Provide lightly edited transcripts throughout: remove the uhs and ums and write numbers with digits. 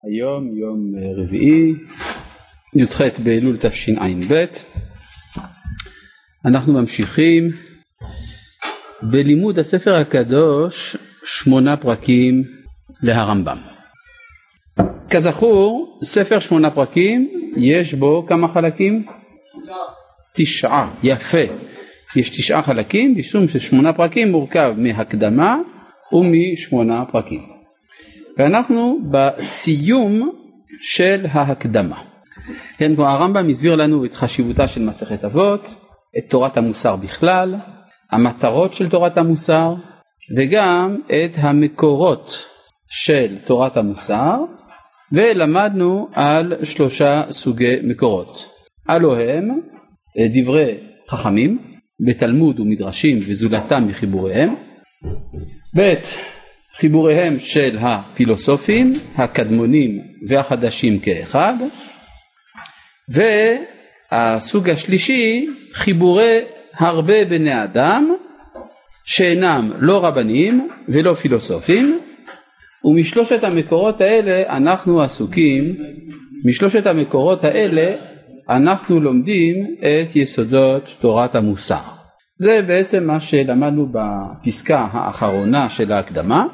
היום יום רביעי, י"ח באלול תשע"ב. אנחנו ממשיכים בלימוד הספר הקדוש, 8 פרקים להרמב"ם. כזכור, ספר 8 פרקים, יש בו כמה חלקים? 9. יפה. יש 9 חלקים, משום ש8 פרקים מורכב מהקדמה ומ8 פרקים. ואנחנו בסיום של ההקדמה. כן, כמו הרמב"ם הסביר לנו את חשיבותה של מסכת אבות, את תורת המוסר בכלל, המטרות של תורת המוסר, וגם את המקורות של תורת המוסר, ולמדנו על 3 סוגי מקורות. אלו הם דברי חכמים, בתלמוד ומדרשים וזולתם מחיבוריהם, ב' חיבוריהם של הפילוסופים, הקדמונים והחדשים כאחד, והסוג השלישי, חיבורי הרבה בני אדם, שאינם לא רבנים ולא פילוסופים, ומשלושת המקורות האלה אנחנו עסוקים, משלושת המקורות האלה אנחנו לומדים את יסודות תורת המוסר. זה בעצם מה שלמדנו בפסקה האחרונה של ההקדמה,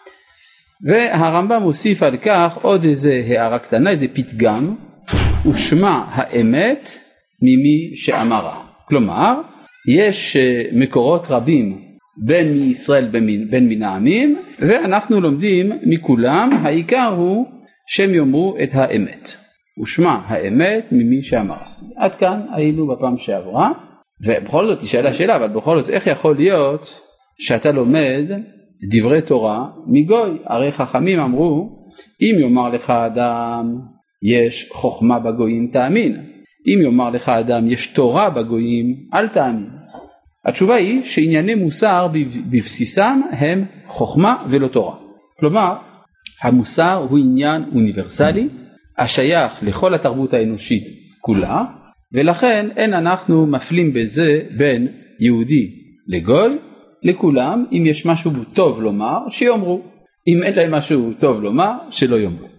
והרמב"ם מוסיף על כך עוד איזה הערה קטנה, איזה פתגם, ושמע האמת ממי שאמרה. כלומר, יש מקורות רבים בין ישראל בין מן העמים, ואנחנו לומדים מכולם, העיקר הוא שהם יאמרו את האמת. ושמע האמת ממי שאמרה. עד כאן היינו בפעם שעברה, ובכל זאת תשאלה שאלה, אבל בכל זאת איך יכול להיות שאתה לומד דברי תורה מגוי? הרי חכמים אמרו, אם יאמר לך אדם יש חוכמה בגויים תאמין, אם יאמר לך אדם יש תורה בגויים אל תאמין. התשובה היא שענייני מוסר בבסיסם הם חוכמה ולא תורה. כלומר, המוסר הוא עניין אוניברסלי, השייך לכל התרבות האנושית כולה, ולכן אין אנחנו מפלים בזה בין יהודי לגוי, לכולם. אם יש משהו טוב לומר שיאמרו, אם אין להם משהו טוב לומר שלא יאמרו.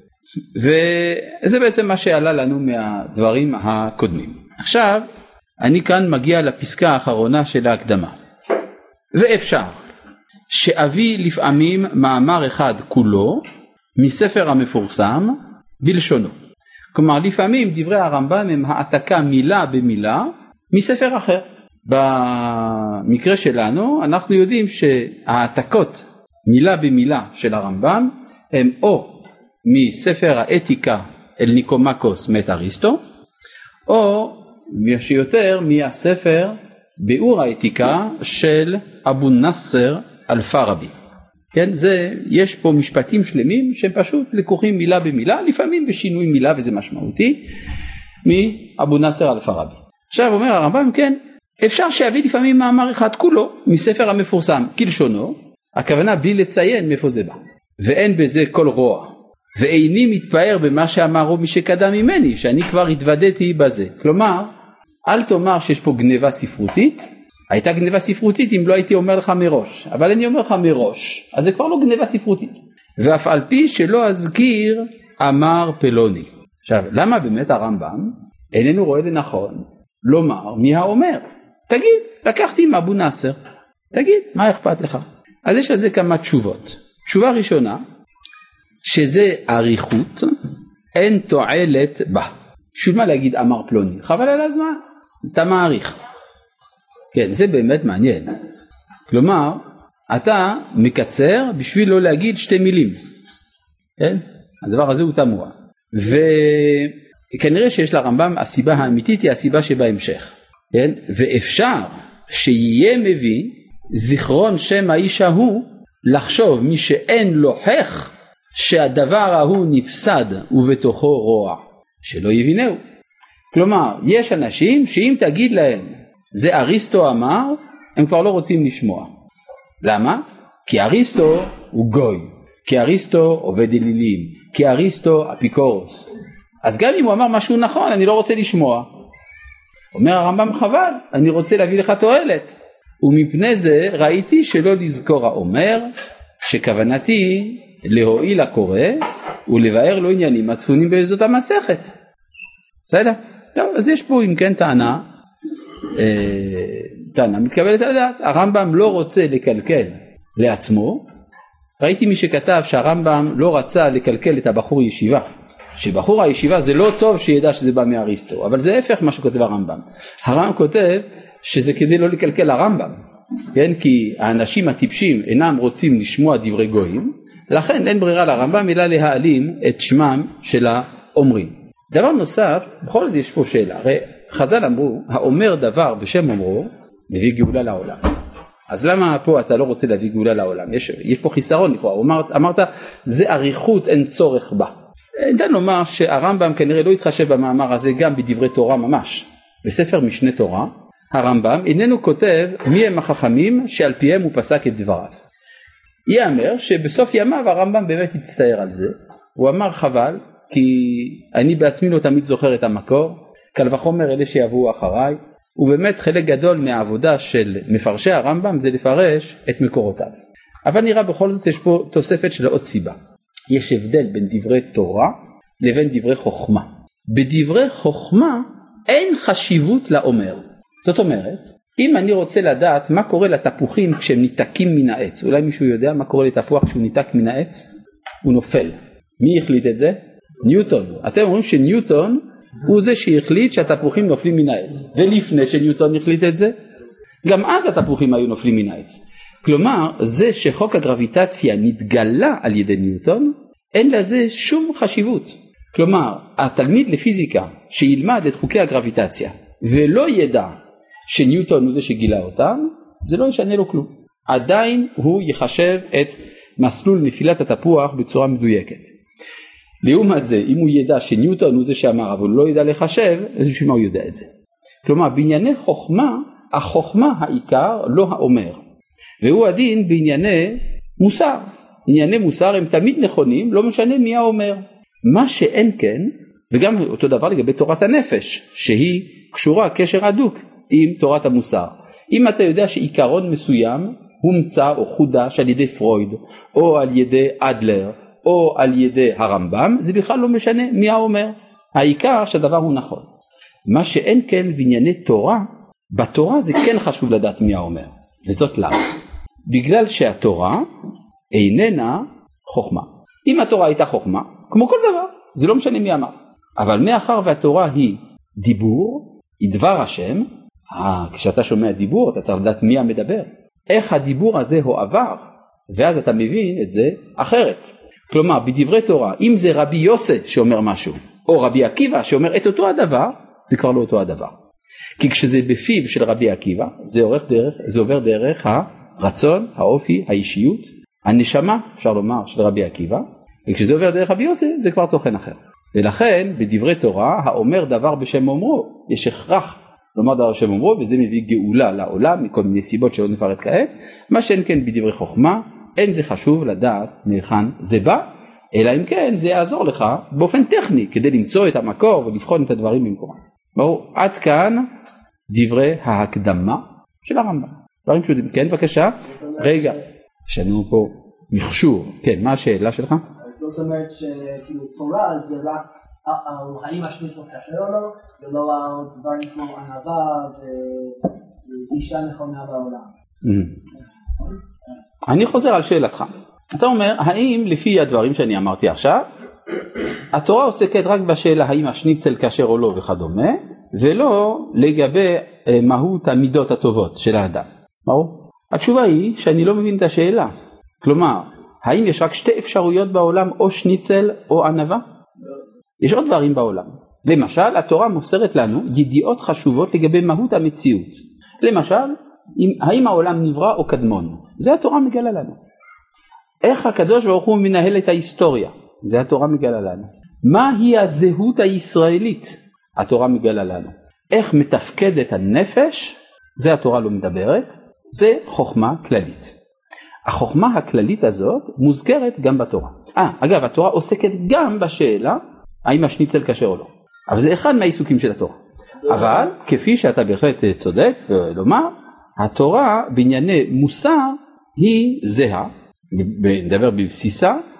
וזה בעצם מה שעלה לנו מהדברים הקודמים. עכשיו אני כאן מגיע לפסקה האחרונה של ההקדמה. ואפשר שאביא לפעמים מאמר אחד כולו מספר המפורסם בלשונו. כלומר, לפעמים דברי הרמב"ם הם העתקה מילה במילה מספר אחר. במקרה שלנו אנחנו יודעים שהעתקות מילה במילה של הרמב"ם הם או מספר האתיקה אל ניקומקוס מת אריסטו, או שיותר מהספר ביאור האתיקה של אבו נאסר אל-פאראבי. כן, יש פה משפטים שלמים שהם פשוט לקוחים מילה במילה, לפעמים בשינוי מילה וזה משמעותי, מאבו נאסר אל-פאראבי. עכשיו אומר הרמב"ם, כן, אפשר שיביא לפעמים מאמר אחד כולו מספר המפורסם כלשונו, הכוונה בלי לציין מאיפה זה בא. ואין בזה כל רוע, ואיני מתפאר במה שאמרו מי שקדם ממני, שאני כבר התוודעתי בזה. כלומר, אל תאמר שיש פה גניבה ספרותית, הייתה גניבה ספרותית אם לא הייתי אומר לך מראש, אבל אני אומר לך מראש, אז זה כבר לא גניבה ספרותית. ואף על פי שלא אזכיר אמר פלוני. עכשיו, למה באמת הרמב"ם איננו רואה לנכון לומר מי האומר? תגיד, לקחתי עם אבו נאסר, תגיד, מה אכפת לך? אז יש לזה כמה תשובות. תשובה ראשונה, שזה עריכות, אין תועלת בה. שוב מה להגיד אמר פלוני? חבל על הזמן, אתה מעריך. כן, זה באמת מעניין. כלומר, אתה מקצר בשביל לא להגיד 2 מילים. כן? הדבר הזה הוא תמוה. וכנראה שיש לרמב"ם הסיבה האמיתית היא הסיבה שבהמשך. כן? ואפשר שיהיה מביא זיכרון שם האיש ההוא לחשוב מי שאין לוחך שהדבר ההוא נפסד ובתוכו רוע שלא יבינהו. כלומר, יש אנשים שאם תגיד להם זה אריסטו אמר, הם כבר לא רוצים לשמוע. למה? כי אריסטו הוא גוי, כי אריסטו עובד אלילים, כי אריסטו אפיקורוס. אז גם אם הוא אמר משהו נכון, אני לא רוצה לשמוע. אומר הרמב"ם, חבל, אני רוצה להביא לך תועלת. ומפני זה ראיתי שלא לזכור האומר, שכוונתי להועיל הקורא ולבאר לו עניינים הצפונים באזות המסכת. בסדר? טוב, אז יש פה אם כן טענה מתקבלת על הדעת. הרמב"ם לא רוצה לקלקל לעצמו. ראיתי מי שכתב שהרמב"ם לא רצה לקלקל את הבחור ישיבה, שבחור הישיבה זה לא טוב שידע שזה בא מאריסטו, אבל זה הפך מה שכותב הרמב"ם. הרמב"ם כותב שזה כדי לא לקלקל הרמב"ם, כן? כי האנשים הטיפשים אינם רוצים לשמוע דברי גויים, לכן אין ברירה לרמב"ם אלא להעלים את שמם של האומרים. דבר נוסף, בכל זאת יש פה שאלה, הרי חז"ל אמרו, האומר דבר בשם אומרו מביא גאולה לעולם. אז למה פה אתה לא רוצה להביא גאולה לעולם? יש פה חיסרון, אמרת זה אריכות, אין צורך בה. ניתן לומר שהרמב"ם כנראה לא התחשב במאמר הזה גם בדברי תורה ממש. בספר משנה תורה הרמב"ם איננו כותב מי הם החכמים שעל פיהם הוא פסק את דבריו. יאמר שבסוף ימיו הרמב"ם באמת הצטער על זה. הוא אמר חבל, כי אני בעצמי לא תמיד זוכר את המקור, קל וחומר אלה שיבואו אחריי, ובאמת חלק גדול מהעבודה של מפרשי הרמב"ם זה לפרש את מקורותיו. אבל נראה בכל זאת יש פה תוספת של עוד סיבה. יש הבדל בין דברי תורה לבין דברי חוכמה. בדברי חוכמה אין חשיבות לאומר. זאת אומרת, אם אני רוצה לדעת מה קורה לתפוחים כשהם ניתקים מן העץ, אולי מישהו יודע מה קורה לתפוח כשהוא ניתק מן העץ? הוא נופל. מי החליט את זה? ניוטון. אתם אומרים שניוטון הוא זה שהחליט שהתפוחים נופלים מן העץ. ולפני שניוטון החליט את זה, גם אז התפוחים היו נופלים מן העץ. כלומר, זה שחוק הגרביטציה נתגלה על ידי ניוטון, אין לזה שום חשיבות. כלומר, התלמיד לפיזיקה שילמד את חוקי הגרביטציה, ולא ידע שניוטון הוא זה שגילה אותם, זה לא ישנה לו כלום. עדיין הוא יחשב את מסלול נפילת התפוח בצורה מדויקת. לעומת זה, אם הוא ידע שניוטון הוא זה שאמר, אבל הוא לא ידע לחשב, אז בשביל מה הוא יודע את זה? כלומר, בענייני חוכמה, החוכמה העיקר לא האומר. והוא הדין בענייני מוסר. ענייני מוסר הם תמיד נכונים, לא משנה מי האומר. מה שאין כן, וגם אותו דבר לגבי תורת הנפש, שהיא קשורה קשר הדוק עם תורת המוסר. אם אתה יודע שעיקרון מסוים הומצא או חודש על ידי פרויד, או על ידי אדלר, או על ידי הרמב"ם, זה בכלל לא משנה מי האומר. העיקר שהדבר הוא נכון. מה שאין כן בענייני תורה, בתורה זה כן חשוב לדעת מי האומר. וזאת למה? בגלל שהתורה איננה חוכמה. אם התורה הייתה חוכמה, כמו כל דבר, זה לא משנה מי אמר. אבל מאחר והתורה היא דיבור, היא דבר השם, כשאתה שומע דיבור אתה צריך לדעת מי המדבר. איך הדיבור הזה הועבר, ואז אתה מבין את זה אחרת. כלומר, בדברי תורה, אם זה רבי יוסף שאומר משהו, או רבי עקיבא שאומר את אותו הדבר, זה כבר לא אותו הדבר. כי כשזה בפיו של רבי עקיבא, זה עובר דרך הרצון, האופי, האישיות, הנשמה, אפשר לומר, של רבי עקיבא, וכשזה עובר דרך רבי יוסף, זה כבר תוכן אחר. ולכן, בדברי תורה, האומר דבר בשם אומרו, יש הכרח לומר דבר בשם אומרו, וזה מביא גאולה לעולם, מכל מיני סיבות שלא נפרט כעת, מה שאין כן בדברי חוכמה, אין זה חשוב לדעת מהיכן זה בא, אלא אם כן זה יעזור לך באופן טכני, כדי למצוא את המקור ולבחון את הדברים במקומם. ברור, עד כאן דברי ההקדמה של הרמב"ם. דברים פשוטים, כן בבקשה, רגע, יש לנו פה מכשור, כן, מה השאלה שלך? זאת אומרת שכאילו תורה זה רק האם השניצל קשה או לא, ולא על דברים כמו ענווה ואישה נכונה בעולם. אני חוזר על שאלתך. אתה אומר, האם לפי הדברים שאני אמרתי עכשיו, התורה עוסקת רק בשאלה האם השניצל כשר או לא וכדומה, ולא לגבי מהות המידות הטובות של האדם. ברור? התשובה היא שאני לא מבין את השאלה. כלומר, האם יש רק שתי אפשרויות בעולם, או שניצל או ענווה? יש עוד דברים בעולם. למשל, התורה מוסרת לנו ידיעות חשובות לגבי מהות המציאות. למשל, האם העולם נברא או קדמון? זה התורה מגלה לנו. איך הקדוש ברוך הוא מנהל את ההיסטוריה? זה התורה מגלה לנו. מהי הזהות הישראלית? התורה מגלה לנו. איך מתפקדת הנפש? זה התורה לא מדברת. זה חוכמה כללית. החוכמה הכללית הזאת מוזכרת גם בתורה. אגב, התורה עוסקת גם בשאלה האם השניצל כשר או לא. אבל זה אחד מהעיסוקים של התורה. אבל כפי שאתה בהחלט צודק ולומר, התורה בענייני מוסר היא זהה, נדבר בבסיסה,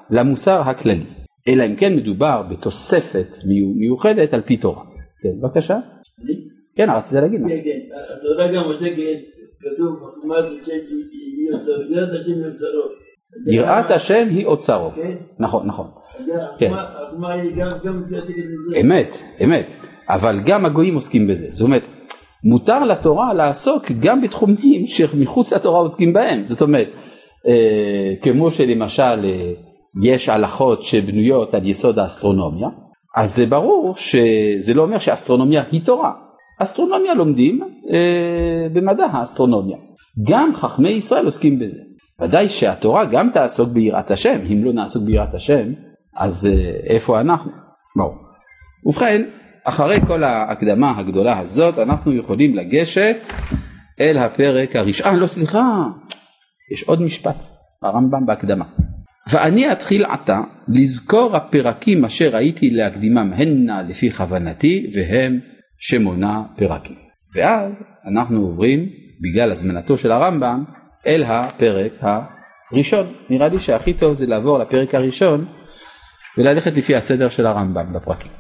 למוסר הכללי, אלא אם כן מדובר בתוספת מיוחדת על פי תורה. כן, בבקשה. כן, רצית להגיד מה? כן, התורה גם עוסקת, כתוב, חוכמה היא אוצרו, יראת השם היא אוצרו. נכון, נכון. החוכמה היא גם אמת, אבל גם הגויים עוסקים בזה. זאת אומרת, מותר לתורה לעסוק גם בתחומים שמחוץ לתורה עוסקים בהם. זאת אומרת, כמו שלמשל יש הלכות שבנויות על יסוד האסטרונומיה, אז זה ברור שזה לא אומר שהאסטרונומיה היא תורה. אסטרונומיה לומדים במדע האסטרונומיה. גם חכמי ישראל עוסקים בזה. ודאי שהתורה גם תעסוק ביראת השם. אם לא נעסוק ביראת השם, אז איפה אנחנו? ברור. ובכן, אחרי כל ההקדמה הגדולה הזאת, אנחנו יכולים לגשת אל הפרק הראשון. לא, סליחה, יש עוד משפט, הרמב"ם בהקדמה. ואני אתחיל עתה לזכור הפרקים אשר ראיתי להקדימם הנה לפי כוונתי, והם 8 פרקים. ואז אנחנו עוברים, בגלל הזמנתו של הרמב"ם, אל הפרק הראשון. נראה לי שהכי טוב זה לעבור לפרק הראשון, וללכת לפי הסדר של הרמב"ם בפרקים.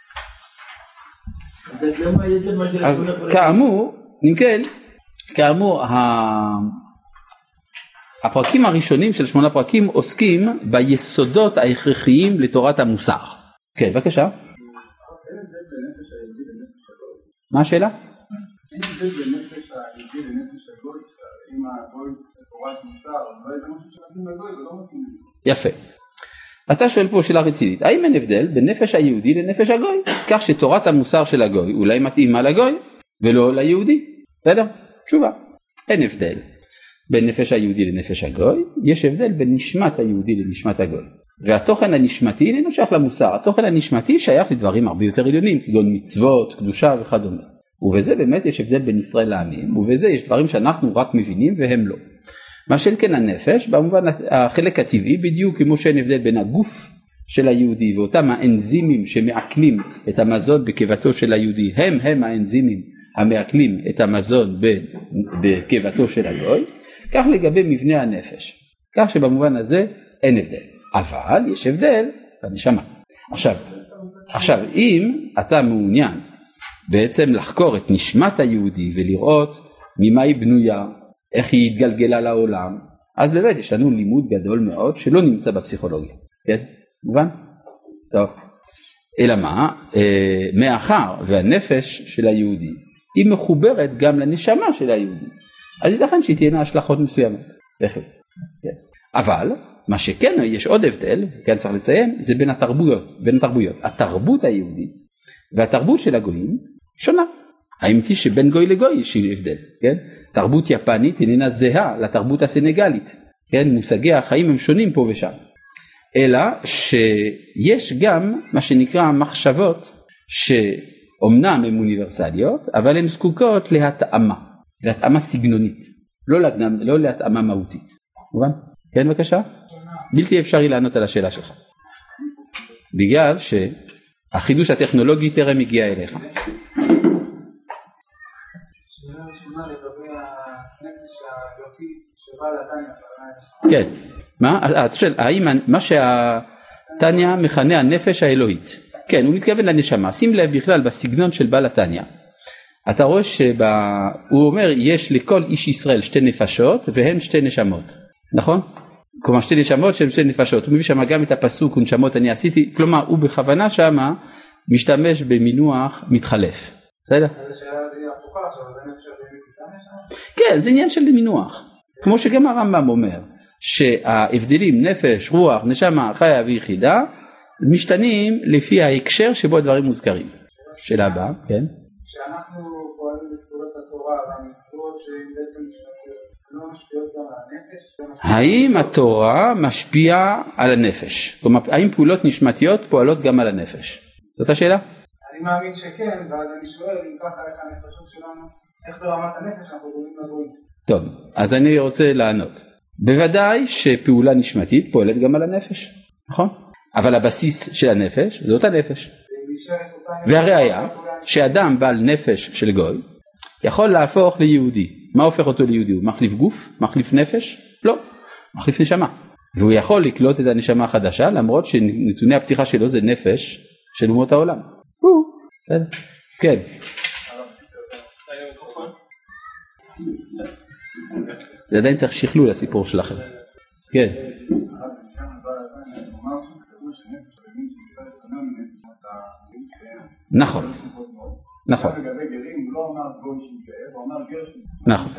אז כאמור, אם כן, כאמור, הפרקים הראשונים של 8 פרקים עוסקים ביסודות ההכרחיים לתורת המוסר. כן, בבקשה. מה השאלה? אין הבדל בין נפש היהודי לנפש הגוי, אם הגוי זה תורת מוסר, אבל זה משהו שמתאים לגוי, זה לא מתאים. יפה. אתה שואל פה שאלה רצינית, האם אין הבדל בין נפש היהודי לנפש הגוי? כך שתורת המוסר של הגוי אולי מתאימה לגוי ולא ליהודי. בסדר? תשובה. אין הבדל בין נפש היהודי לנפש הגוי, יש הבדל בין נשמת היהודי לנשמת הגוי. והתוכן הנשמתי איננו שייך למוסר, התוכן הנשמתי שייך לדברים הרבה יותר עליונים, כגון מצוות, קדושה וכדומה. ובזה באמת יש הבדל בין ישראל לעמים, ובזה יש דברים שאנחנו רק מבינים והם לא. מה של כן הנפש, במובן החלק הטבעי, בדיוק כמו שאין הבדל בין הגוף של היהודי ואותם האנזימים שמעכלים את המזון בקיבתו של היהודי, הם האנזימים המעכלים את המזון בקיבתו של הגוי, כך לגבי מבנה הנפש. כך שבמובן הזה אין הבדל. אבל יש הבדל בנשמה. עכשיו, אם אתה מעוניין בעצם לחקור את נשמת היהודי ולראות ממה היא בנויה, איך היא התגלגלה לעולם, אז באמת יש לנו לימוד גדול מאוד שלא נמצא בפסיכולוגיה. כן? מובן? טוב. אלא מה? מאחר והנפש של היהודי היא מחוברת גם לנשמה של היהודי. אז ייתכן שהיא תהיינה השלכות מסוימות. בהחלט. כן. אבל מה שכן יש עוד הבדל, כן צריך לציין, זה בין התרבויות. התרבות היהודית והתרבות של הגויים שונה. האמיתי שבין גוי לגוי יש הבדל, כן? תרבות יפנית איננה זהה לתרבות הסנגלית, כן? מושגי החיים הם שונים פה ושם. אלא שיש גם מה שנקרא מחשבות שאומנם הן אוניברסליות, אבל הן זקוקות להתאמה סגנונית, לא להתאמה מהותית. מובן? כן בבקשה? בלתי אפשרי לענות על השאלה שלך. בגלל שהחידוש הטכנולוגי טרם הגיע אליך. שאלה ראשונה לגבי הנפש האלוקי שבא לתניא. כן. מה? אתה שואל, האם מה שהתניא מכנה הנפש האלוהית? כן, הוא מתכוון לנשמה. שים לב בכלל בסגנון של בעל התניא. אתה רואה שהוא אומר יש לכל איש ישראל 2 נפשות והן 2 נשמות. נכון? כלומר 2 נשמות שהן 2 נפשות. הוא מביא שם גם את הפסוק ונשמות אני עשיתי. כלומר הוא בכוונה שם משתמש במינוח מתחלף. בסדר? אז השאלה זה הפוכה עכשיו, זה נפש האלוהית. כן, זה עניין של מינוח. כמו שגם הרמב"ם אומר, שההבדלים נפש, רוח, נשמה, חיה ויחידה, משתנים לפי ההקשר שבו הדברים מוזכרים. שאלה הבאה, כן? שאנחנו פועלים בפעולות התורה והמצוות שהן בעצם לא משפיעות גם על הנפש? האם התורה משפיעה על הנפש? כלומר, האם פעולות נשמתיות פועלות גם על הנפש? זאת השאלה? אני מאמין שכן, ואז אני שואל אם ככה איך הנפשות שלנו, איך ברמת הנפש אנחנו גורמים לגויים. טוב, אז אני רוצה לענות. בוודאי שפעולה נשמתית פועלת גם על הנפש, נכון? אבל הבסיס של הנפש זה אותה נפש. והראיה שאדם בעל נפש של גוי יכול להפוך ליהודי. מה הופך אותו ליהודי? הוא מחליף גוף? מחליף נפש? לא, מחליף נשמה. והוא יכול לקלוט את הנשמה החדשה, למרות שנתוני הפתיחה שלו זה נפש של אומות העולם. כן. זה עדיין צריך שכלול לסיפור שלכם. כן. נכון. נכון. נכון.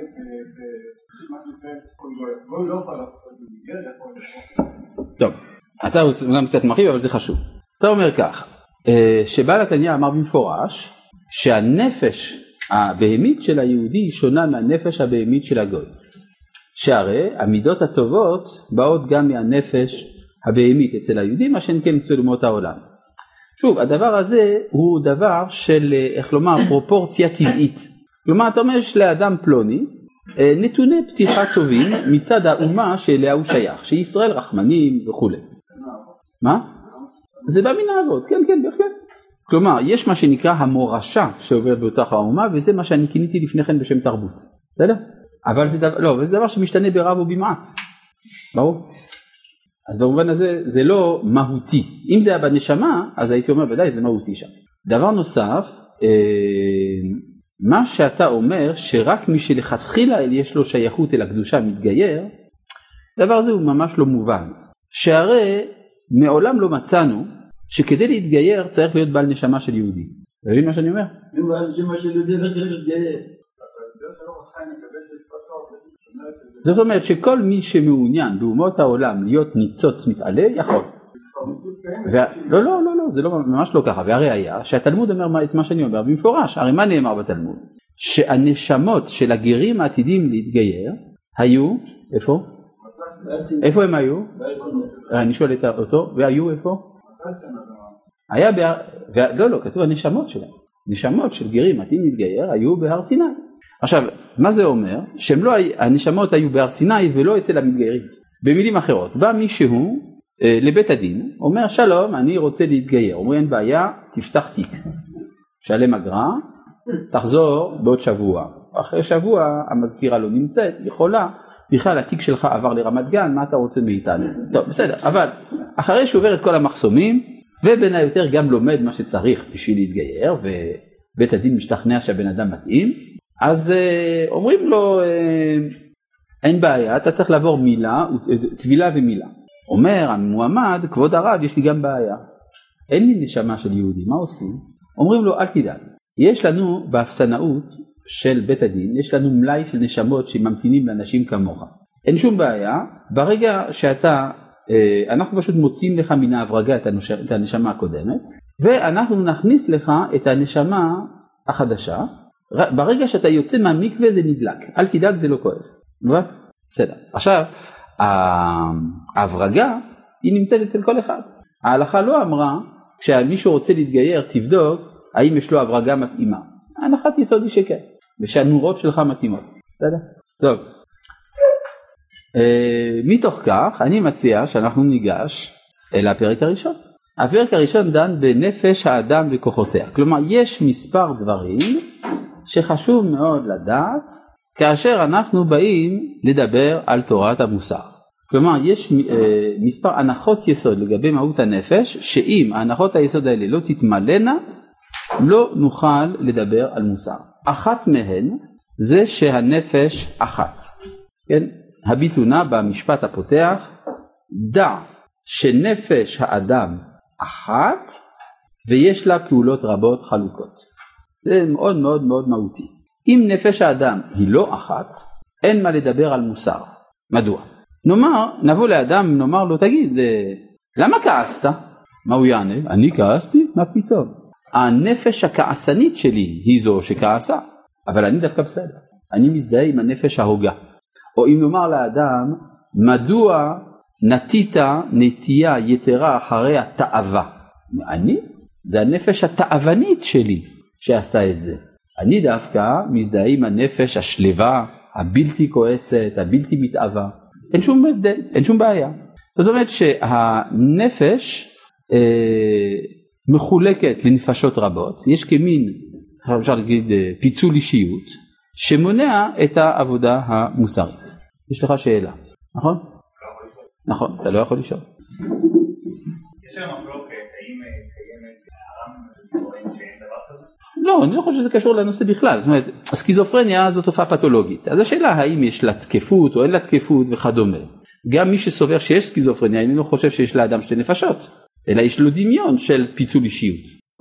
טוב, אתה אולי קצת מרחיב, אבל זה חשוב. אתה אומר כך, שבעל התניא אמר במפורש שהנפש הבהמית של היהודי שונה מהנפש הבהמית של הגוי. שהרי המידות הטובות באות גם מהנפש הבהמית אצל היהודים, מה שאין כן אצל אומות העולם. שוב, הדבר הזה הוא דבר של, איך לומר, פרופורציה טבעית. כלומר, אתה אומר שלאדם פלוני נתוני פתיחה טובים מצד האומה שאליה הוא שייך, שישראל רחמנים וכו'. מה? זה בא מן האבות, כן, כן, בהחלט. כלומר, יש מה שנקרא המורשה שעוברת באותה האומה, וזה מה שאני כיניתי לפני כן בשם תרבות. בסדר? אבל זה דבר, לא, זה דבר שמשתנה ברב ובמעט. ברור? אז במובן הזה זה לא מהותי. אם זה היה בנשמה, אז הייתי אומר, ודאי זה מהותי שם. דבר נוסף, מה שאתה אומר, שרק מי שלכתחילה יש לו שייכות אל הקדושה מתגייר, דבר הזה הוא ממש לא מובן. שהרי מעולם לא מצאנו שכדי להתגייר צריך להיות בעל נשמה של יהודי. אתה מבין מה שאני אומר? אם בעל נשמה של יהודי לא צריך להתגייר. זאת אומרת שכל מי שמעוניין באומות העולם להיות ניצוץ מתעלה יכול. לא, לא, לא, זה ממש לא ככה. והראיה שהתלמוד אומר את מה שאני אומר במפורש. הרי מה נאמר בתלמוד? שהנשמות של הגרים העתידים להתגייר היו, איפה? איפה הם היו? אני שואל אותו, והיו איפה? היה לא, כתוב הנשמות שלהם. נשמות של גרים עתידים להתגייר היו בהר סיני. עכשיו, מה זה אומר? שהנשמות היו בהר סיני ולא אצל המתגיירים. במילים אחרות, בא מישהו לבית הדין, אומר שלום, אני רוצה להתגייר. אומר אין בעיה, תפתח תיק. שלם אגרה, תחזור בעוד שבוע. אחרי שבוע המזכירה לא נמצאת, יכולה, בכלל התיק שלך עבר לרמת גן, מה אתה רוצה מאיתנו? טוב, בסדר, אבל אחרי שהוא עובר את כל המחסומים, ובין היותר גם לומד מה שצריך בשביל להתגייר, ובית הדין משתכנע שהבן אדם מתאים, אז אומרים לו, אין בעיה, אתה צריך לעבור מילה, תבילה ומילה. אומר המועמד, כבוד הרב, יש לי גם בעיה. אין לי נשמה של יהודי, מה עושים? אומרים לו, אל תדאג. יש לנו באפסנאות של בית הדין, יש לנו מלאי של נשמות שממתינים לאנשים כמוך. אין שום בעיה, ברגע שאתה, אנחנו פשוט מוצאים לך מן ההברגה את הנשמה הקודמת, ואנחנו נכניס לך את הנשמה החדשה, ברגע שאתה יוצא מהמקווה זה נדלק, אל תדאג זה לא כואב. בסדר. עכשיו, ההברגה היא נמצאת אצל כל אחד. ההלכה לא אמרה, כשמישהו רוצה להתגייר תבדוק האם יש לו הברגה מתאימה. ההנחת יסוד היא שכן, ושהנורות שלך מתאימות. בסדר? טוב. מתוך כך אני מציע שאנחנו ניגש אל הפרק הראשון. הפרק הראשון דן בנפש האדם וכוחותיה. כלומר, יש מספר דברים שחשוב מאוד לדעת כאשר אנחנו באים לדבר על תורת המוסר. כלומר, יש מספר הנחות יסוד לגבי מהות הנפש, שאם ההנחות היסוד האלה לא תתמלאנה, לא נוכל לדבר על מוסר. אחת מהן זה שהנפש אחת. כן? הביטונה במשפט הפותח, דע שנפש האדם אחת ויש לה פעולות רבות חלוקות. זה מאוד מאוד מאוד מהותי. אם נפש האדם היא לא אחת, אין מה לדבר על מוסר. מדוע? נבוא לאדם, נאמר לו, תגיד, למה כעסת? מה הוא יענה? אני כעסתי? מה פתאום? הנפש הכעסנית שלי היא זו שכעסה, אבל אני דווקא בסדר. אני מזדהה עם הנפש ההוגה. או אם נאמר לאדם, מדוע נטית נטייה יתרה אחרי התאווה? אני? זה הנפש התאוונית שלי שעשתה את זה. אני דווקא מזדהה עם הנפש השלווה, הבלתי כועסת, הבלתי מתאווה. אין שום הבדל, אין שום בעיה. זאת אומרת שהנפש מחולקת לנפשות רבות. יש כמין, אפשר להגיד, פיצול אישיות, שמונע את העבודה המוסרית. יש לך שאלה, נכון? נכון, אתה לא יכול לשאול. יש שם מחלוקת, האם קיימת הר"ם טוען שאין דבר כזה? לא, אני לא חושב שזה קשור לנושא בכלל. זאת אומרת, הסכיזופרניה זו תופעה פתולוגית. אז השאלה האם יש לה תקפות או אין לה תקפות וכדומה. גם מי שסובר שיש סכיזופרניה, אני לא חושב שיש לאדם שתי נפשות, אלא יש לו דמיון של פיצול אישיות.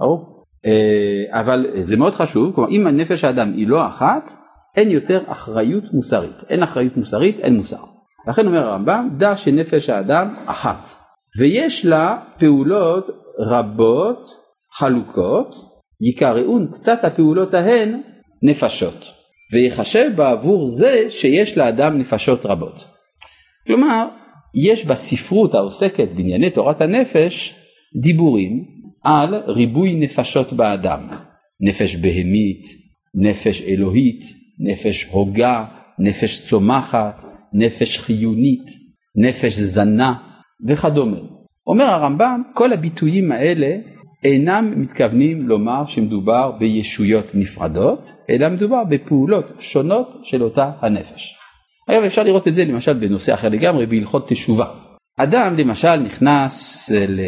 אבל זה מאוד חשוב, כלומר, אם הנפש האדם היא לא אחת, אין יותר אחריות מוסרית. אין אחריות מוסרית, אין מוסר. לכן אומר הרמב"ם, דע שנפש האדם אחת. ויש לה פעולות רבות, חלוקות, יקראון קצת הפעולות ההן נפשות. ויחשב בעבור זה שיש לאדם נפשות רבות. כלומר, יש בספרות העוסקת בענייני תורת הנפש, דיבורים על ריבוי נפשות באדם. נפש בהמית, נפש אלוהית, נפש הוגה, נפש צומחת, נפש חיונית, נפש זנה וכדומה. אומר הרמב"ם, כל הביטויים האלה אינם מתכוונים לומר שמדובר בישויות נפרדות, אלא מדובר בפעולות שונות של אותה הנפש. אגב, אפשר לראות את זה למשל בנושא אחר לגמרי, בהלכות תשובה. אדם למשל נכנס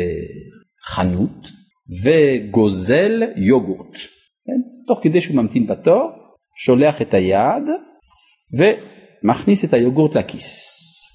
לחנות וגוזל יוגורט. תוך כדי שהוא ממתין בתור, שולח את היד ומכניס את היוגורט לכיס.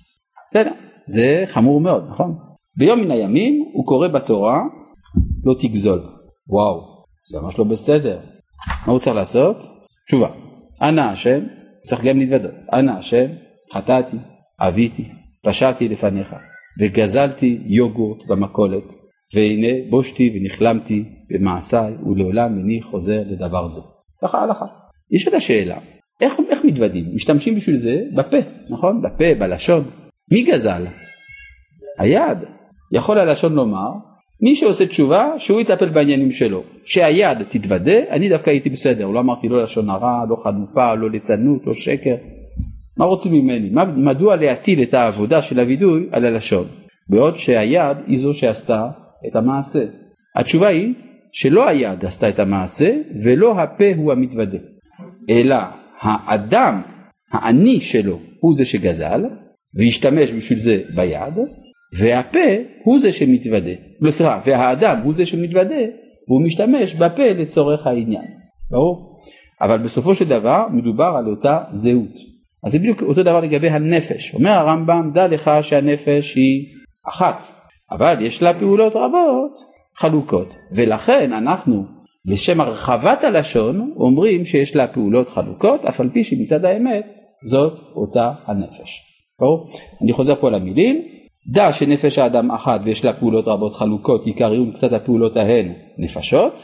זה חמור מאוד, נכון? ביום מן הימים הוא קורא בתורה, לא תגזול. וואו, זה ממש לא בסדר. מה הוא צריך לעשות? תשובה. אנא השם, צריך גם להתוודות. אנא השם, חטאתי, עוויתי, פשעתי לפניך, וגזלתי יוגורט במכולת, והנה בושתי ונכלמתי במעשיי, ולעולם איני חוזר לדבר זה. ככה הלכה. יש את השאלה, איך מתוודים? משתמשים בשביל זה בפה, נכון? בפה, בלשון. מי גזל? היד. יכול הלשון לומר, מי שעושה תשובה, שהוא יטפל בעניינים שלו. שהיד תתוודה, אני דווקא הייתי בסדר. לא אמרתי לא לשון הרע, לא חנופה, לא ליצנות, לא שקר. מה רוצים ממני? מדוע להטיל את העבודה של הווידוי על הלשון? בעוד שהיד היא זו שעשתה את המעשה. התשובה היא שלא היד עשתה את המעשה, ולא הפה הוא המתוודה. אלא האדם, האני שלו, הוא זה שגזל, וישתמש בשביל זה ביד, והפה הוא זה שמתוודה. והאדם הוא זה שמתוודה, והוא משתמש בפה לצורך העניין. ברור? אבל בסופו של דבר מדובר על אותה זהות. אז זה בדיוק אותו דבר לגבי הנפש. אומר הרמב"ם, דע לך שהנפש היא אחת, אבל יש לה פעולות רבות חלוקות. ולכן אנחנו, לשם הרחבת הלשון, אומרים שיש לה פעולות חלוקות, אף על פי שמצד האמת זאת אותה הנפש. ברור? אני חוזר פה למילים. דע שנפש האדם אחת ויש לה פעולות רבות חלוקות, יקראון קצת הפעולות ההן נפשות,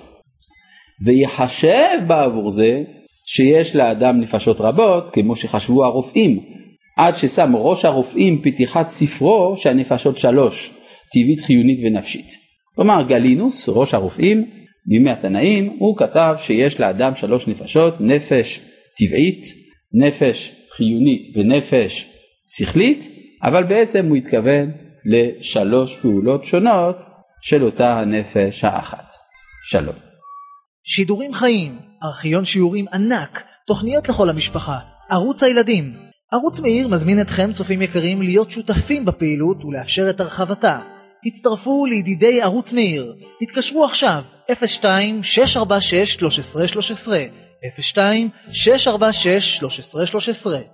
ויחשב בעבור זה שיש לאדם נפשות רבות, כמו שחשבו הרופאים, עד ששם ראש הרופאים פתיחת ספרו שהנפשות 3, טבעית, חיונית ונפשית. כלומר גלינוס, ראש הרופאים, בימי התנאים, הוא כתב שיש לאדם 3 נפשות, נפש טבעית, נפש חיונית ונפש שכלית, אבל בעצם הוא התכוון ל3 פעולות שונות של אותה הנפש האחת. שלום. שידורים חיים, ארכיון שיעורים ענק, תוכניות לכל המשפחה, ערוץ הילדים. ערוץ מאיר מזמין אתכם צופים יקרים להיות שותפים בפעילות ולאפשר את הרחבתה. הצטרפו לידידי ערוץ מאיר. התקשרו עכשיו 02-646-1313 02-646-1313